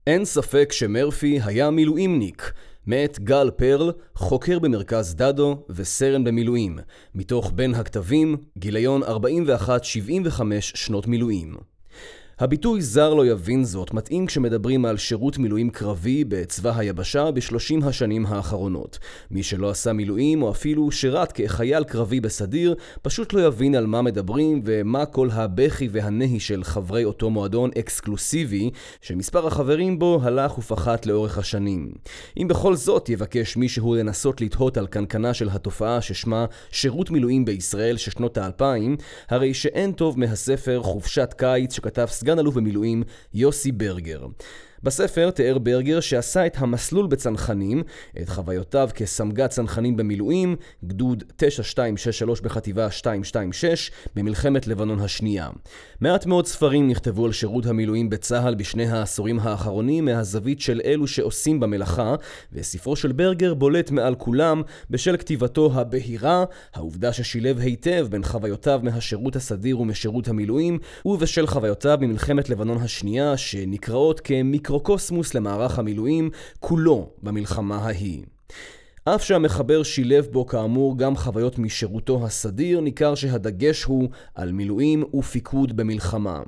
אין ספק שמרפי היה מילואימניק, מאת גל פרל, חוקר במרכז דדו וסרן במילואים, מתוך בין הכתבים, גיליון 41-75 שנות מילואים. הביטוי זר לא יבין זאת מתאים כשמדברים על שירות מילואים קרבי בצבא היבשה ב30 השנים האחרונות. מי שלא עשה מילואים או אפילו שירת כחייל קרבי בסדיר, פשוט לא יבין על מה מדברים ומה כל הבכי והנהי של חברי אותו מועדון אקסקלוסיבי, שמספר החברים בו הלך ופחת לאורך השנים. אם בכל זאת יבקש מישהו לנסות לתהות על קנקנה של התופעה ששמה שירות מילואים בישראל ששנות ה-2000, הרי שאין טוב מהספר חופשת קיץ שכתב סגן אלוף במילואים יוסי ברגר. בספר תיאר ברגר שעשה את המסלול בצנחנים, את חוויותיו כסמג"ד צנחנים במילואים, גדוד 9263 בחטיבה 226, במלחמת לבנון השנייה. מעט מאוד ספרים נכתבו על שירות המילואים בצה"ל בשני העשורים האחרונים מהזווית של אלו שעושים במלאכה, וספרו של ברגר בולט מעל כולם בשל כתיבתו הבהירה, העובדה ששילב היטב בין חוויותיו מהשירות הסדיר ומשירות המילואים, ובשל חוויותיו ממלחמת לבנון השנייה שנקראות כמיקרוקוסמוס למערך המילואים כולו במלחמה ההיא. אף שהמחבר שילב בו כאמור גם חוויות משירותו הסדיר, ניכר שהדגש הוא על מילואים ופיקוד במלחמה.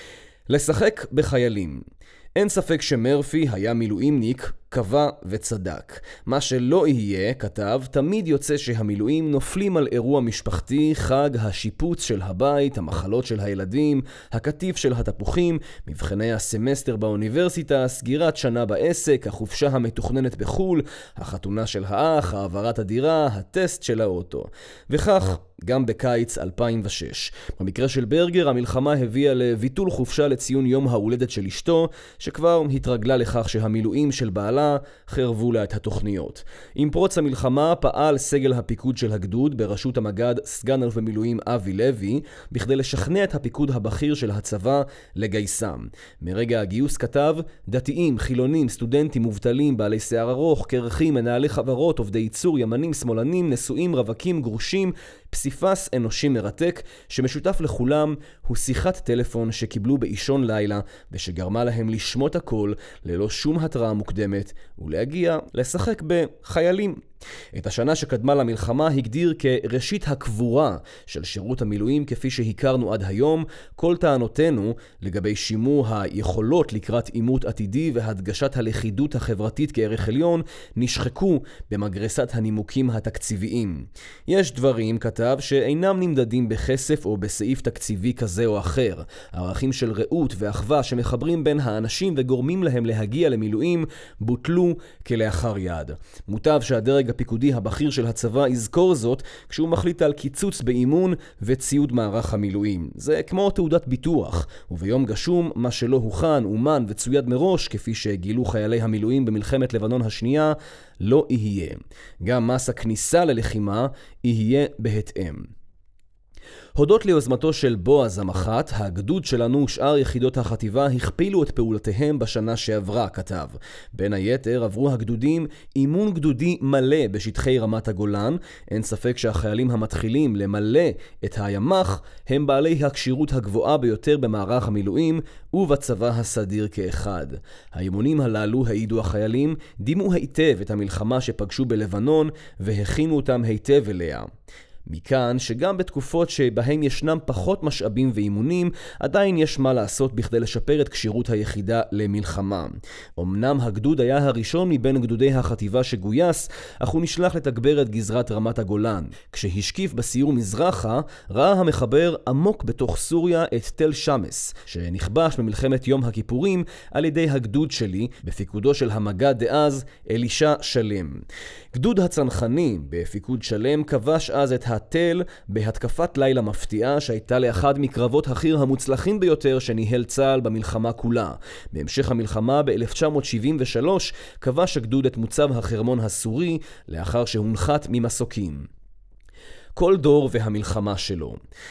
לשחק בחיילים. אין ספק שמרפי היה מילואימניק, קבע וצדק. מה שלא יהיה, כתב, תמיד יוצא שהמילואים נופלים על אירוע משפחתי, חג, השיפוץ של הבית, המחלות של הילדים, הקטיף של התפוחים, מבחני הסמסטר באוניברסיטה, סגירת שנה בעסק, החופשה המתוכננת בחול, החתונה של האח, העברת הדירה, הטסט של האוטו. וכך גם בקיץ 2006. במקרה של ברגר, המלחמה הביאה לביטול חופשה לציון יום ההולדת של אשתו, שכבר התרגלה לכך שהמילואים של בעלה חרבו לה את התוכניות. עם פרוץ המלחמה פעל סגל הפיקוד של הגדוד בראשות המג"ד סגן אלוף במילואים אבי לוי, בכדי לשכנע את הפיקוד הבכיר של הצבא לגייסם. מרגע הגיוס כתב, דתיים, חילונים, סטודנטים, מובטלים, בעלי שיער ארוך, קרחים, מנהלי חברות, עובדי ייצור, ימנים, שמאלנים, נשואים, רווקים, גרושים, פסיפס אנושי מרתק שמשותף לכולם הוא שיחת טלפון שקיבלו באישון לילה ושגרמה להם לשמות הכל ללא שום התראה מוקדמת ולהגיע לשחק בחיילים. את השנה שקדמה למלחמה הגדיר כראשית הקבורה של שירות המילואים כפי שהכרנו עד היום. כל טענותינו לגבי שימור היכולות לקראת עימות עתידי והדגשת הלכידות החברתית כערך עליון נשחקו במגרסת הנימוקים התקציביים. יש דברים, כתב, שאינם נמדדים בכסף או בסעיף תקציבי כזה או אחר. ערכים של רעות ואחווה שמחברים בין האנשים וגורמים להם להגיע למילואים בוטלו כלאחר יד. מוטב שהדרג הפיקודי הבכיר של הצבא יזכור זאת כשהוא מחליט על קיצוץ באימון וציוד מערך המילואים. זה כמו תעודת ביטוח, וביום גשום מה שלא הוכן, אומן וצויד מראש כפי שגילו חיילי המילואים במלחמת לבנון השנייה לא יהיה. גם מס הכניסה ללחימה יהיה בהתאם. הודות ליוזמתו של בועז המח"ט, הגדוד שלנו ושאר יחידות החטיבה הכפילו את פעולותיהם בשנה שעברה, כתב. בין היתר עברו הגדודים אימון גדודי מלא בשטחי רמת הגולן. אין ספק שהחיילים המתחילים למלא את הימ"ח הם בעלי הקשירות הגבוהה ביותר במערך המילואים ובצבא הסדיר כאחד. האימונים הללו, העידו החיילים, דימו היטב את המלחמה שפגשו בלבנון והכינו אותם היטב אליה. מכאן שגם בתקופות שבהם ישנם פחות משאבים ואימונים, עדיין יש מה לעשות בכדי לשפר את כשירות היחידה למלחמה. אמנם הגדוד היה הראשון מבין גדודי החטיבה שגויס, אך הוא נשלח לתגבר את גזרת רמת הגולן. כשהשקיף בסיור מזרחה, ראה המחבר עמוק בתוך סוריה את תל שמס, שנכבש במלחמת יום הכיפורים על ידי הגדוד שלי, בפיקודו של המג"ד דאז אלישע שלם. גדוד הצנחנים בפיקוד שלם כבש אז את התל בהתקפת לילה מפתיעה שהייתה לאחד מקרבות החי"ר המוצלחים ביותר שניהל צה"ל במלחמה כולה. בהמשך המלחמה ב-1973 כבש הגדוד את מוצב החרמון הסורי לאחר שהונחת ממסוקים. כל דור והמלחמה שלו.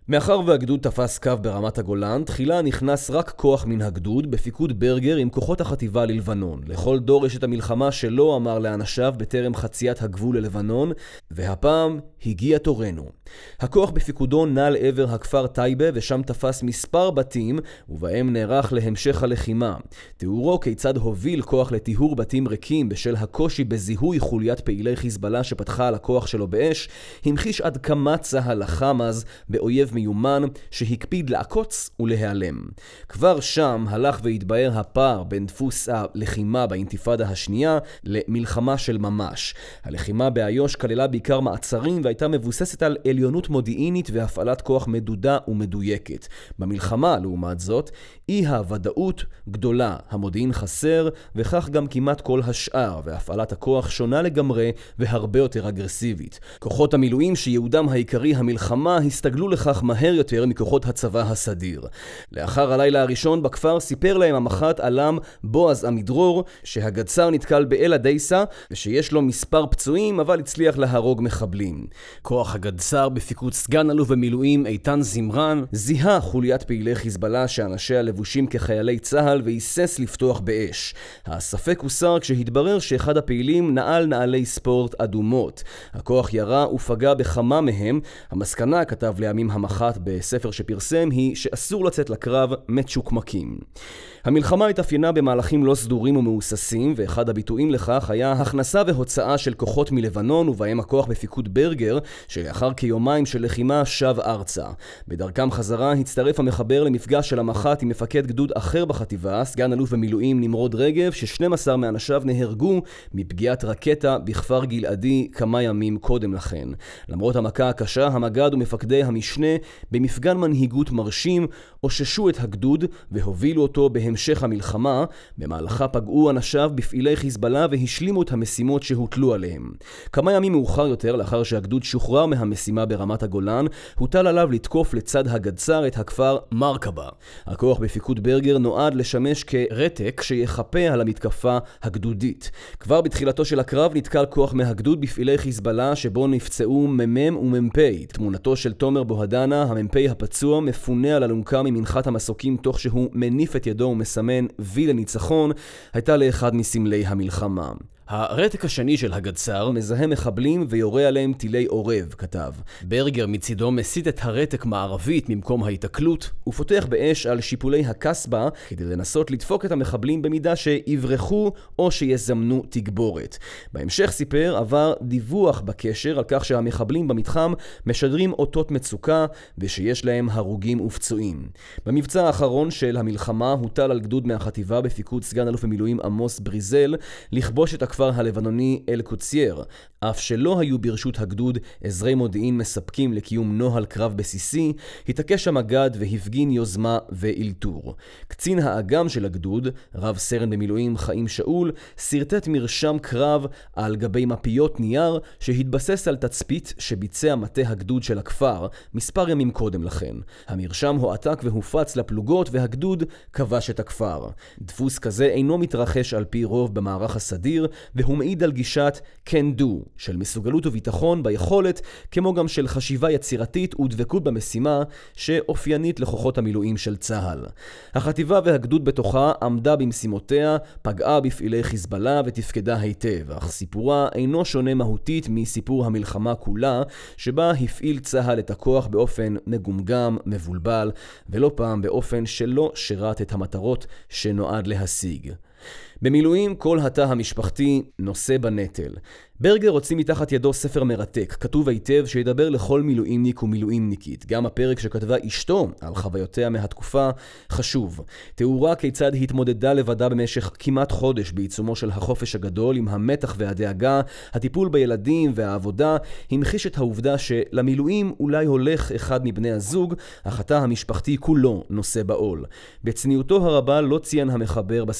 מאחר והגדוד תפס קו ברמת הגולן, תחילה נכנס רק כוח מן הגדוד בפיקוד ברגר עם כוחות החטיבה ללבנון. לכל דור יש את המלחמה שלו, אמר לאנשיו בטרם חציית הגבול ללבנון, והפעם הגיע תורנו. הכוח בפיקודו נע לעבר הכפר טייבה, ושם תפס מספר בתים, ובהם נערך להמשך הלחימה. תיאורו כיצד הוביל כוח לטיהור בתים ריקים בשל הקושי בזיהוי חוליית פעילי חיזבאללה שפתחה על הכוח שלו באש, המחיש עד כמה צה"ל לחם אז באויב מיומן שהקפיד לעקוץ ולהיעלם. כבר שם הלך והתבהר הפער בין דפוס הלחימה באינתיפאדה השנייה למלחמה של ממש. הלחימה באיו"ש כללה בעיקר מעצרים והייתה מבוססת על עליונות מודיעינית והפעלת כוח מדודה ומדויקת. במלחמה, לעומת זאת, אי הוודאות גדולה, המודיעין חסר, וכך גם כמעט כל השאר, והפעלת הכוח שונה לגמרי והרבה יותר אגרסיבית. כוחות המילואים שיעודם העיקרי המלחמה הסתגלו לכך מהר יותר מכוחות הצבא הסדיר. לאחר הלילה הראשון בכפר סיפר להם המח"ט עלם בועז עמידרור שהגדס"ר נתקל באל הדייסה ושיש לו מספר פצועים אבל הצליח להרוג מחבלים. כוח הגדס"ר בפיקוד סגן אלוף במילואים איתן זמרן זיהה חוליית פעילי חיזבאללה שאנשיה לבושים כחיילי צה"ל והיסס לפתוח באש. הספק הוסר כשהתברר שאחד הפעילים נעל נעלי ספורט אדומות. הכוח ירה ופגע בכמה מהם. המסקנה, כתב לימים המח"ט בספר שפרסם, היא שאסור לצאת לקרב מצ'וקמקים. המלחמה התאפיינה במהלכים לא סדורים ומאוססים, ואחד הביטויים לכך היה הכנסה והוצאה של כוחות מלבנון, ובהם הכוח בפיקוד ברגר, שלאחר כיומיים של לחימה שב ארצה. בדרכם חזרה הצטרף המחבר למפגש של המח"ט עם מפקד גדוד אחר בחטיבה, סגן אלוף במילואים נמרוד רגב, ש12 מאנשיו נהרגו מפגיעת רקטה בכפר גלעדי כמה ימים קודם לכן. למרות המכה הקשה, המג"ד ומפקדי המשנה במפגן מנהיגות מרשים אוששו את הגדוד והובילו אותו בהמשך המלחמה. במהלכה פגעו אנשיו בפעילי חיזבאללה והשלימו את המשימות שהוטלו עליהם. כמה ימים מאוחר יותר, לאחר שהגדוד שוחרר מהמשימה ברמת הגולן, הוטל עליו לתקוף לצד הגדס"ר את הכפר מרקבה. הכוח בפיקוד ברגר נועד לשמש כרתק שיחפה על המתקפה הגדודית. כבר בתחילתו של הקרב נתקל כוח מהגדוד בפעילי חיזבאללה שבו נפצעו מ"מ ומ"פ. תמונתו של תומר בוהדנה, המ"פ הפצוע, מפונה על אלונקה ממנחת המסוקים תוך שהוא מניף את ידו ומסמן וי לניצחון, הייתה לאחד מסמלי המלחמה. הרתק השני של הגדס"ר מזהה מחבלים ויורה עליהם טילי עורב, כתב. ברגר מצידו מסית את הרתק מערבית ממקום ההתקלות, ופותח באש על שיפולי הקסבה כדי לנסות לדפוק את המחבלים במידה שיברחו או שיזמנו תגבורת. בהמשך סיפר עבר דיווח בקשר על כך שהמחבלים במתחם משדרים אותות מצוקה ושיש להם הרוגים ופצועים. במבצע האחרון של המלחמה הוטל על גדוד מהחטיבה בפיקוד סגן אלוף במילואים עמוס בריזל לכבוש את הכפר הלבנוני אל קוצייר, אף שלא היו ברשות הגדוד עזרי מודיעין מספקים לקיום נוהל קרב בסיסי, התעקש המג"ד והפגין יוזמה ואילתור. קצין האג"ם של הגדוד, רב סרן במילואים חיים שאול, סרטט מרשם קרב על גבי מפיות נייר שהתבסס על תצפית שביצע מטה הגדוד של הכפר מספר ימים קודם לכן. המרשם הועתק והופץ לפלוגות והגדוד כבש את הכפר. דפוס כזה אינו מתרחש על פי רוב במערך הסדיר, והוא מעיד על גישת can do של מסוגלות וביטחון ביכולת, כמו גם של חשיבה יצירתית ודבקות במשימה שאופיינית לכוחות המילואים של צה"ל. החטיבה והגדוד בתוכה עמדה במשימותיה, פגעה בפעילי חיזבאללה ותפקדה היטב, אך סיפורה אינו שונה מהותית מסיפור המלחמה כולה, שבה הפעיל צה"ל את הכוח באופן מגומגם, מבולבל, ולא פעם באופן שלא שירת את המטרות שנועד להשיג. במילואים כל התא המשפחתי נושא בנטל. ברגר הוציא מתחת ידו ספר מרתק, כתוב היטב, שידבר לכל מילואימניק ומילואימניקית. גם הפרק שכתבה אשתו על חוויותיה מהתקופה חשוב. תיאורה כיצד התמודדה לבדה במשך כמעט חודש בעיצומו של החופש הגדול עם המתח והדאגה, הטיפול בילדים והעבודה, המחיש את העובדה שלמילואים אולי הולך אחד מבני הזוג, אך התא המשפחתי כולו נושא בעול. בצניעותו הרבה לא ציין המחבר בספר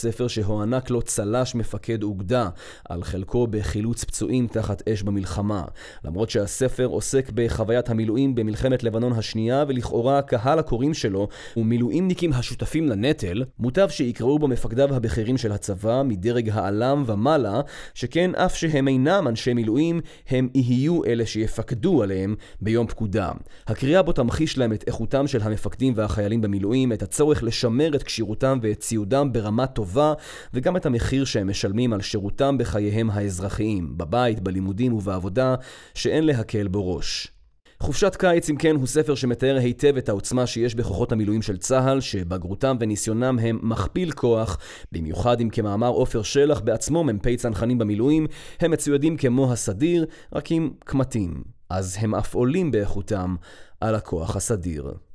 שהוענק לו צל"ש מפקד אוגדה על חלקו בחילוץ פצועים תחת אש במלחמה. למרות שהספר עוסק בחוויית המילואים במלחמת לבנון השנייה, ולכאורה קהל הקוראים שלו ומילואימניקים השותפים לנטל, מוטב שיקראו בו מפקדיו הבכירים של הצבא מדרג העלם ומעלה, שכן אף שהם אינם אנשי מילואים, הם יהיו אלה שיפקדו עליהם ביום פקודה. הקריאה בו תמחיש להם את איכותם של המפקדים והחיילים במילואים, את הצורך לשמר את כשירותם ואת ציודם ברמה טובה, וגם את המחיר שהם משלמים על שירותם בחייהם האזרחיים, בבית, בלימודים ובעבודה, שאין להקל בו ראש. חופשת קיץ, אם כן, הוא ספר שמתאר היטב את העוצמה שיש בכוחות המילואים של צה"ל, שבגרותם וניסיונם הם מכפיל כוח, במיוחד אם כמאמר עופר שלח בעצמו מ"פ צנחנים במילואים, הם מצוידים כמו הסדיר, רק עם קמטים. אז הם אף עולים באיכותם על הכוח הסדיר.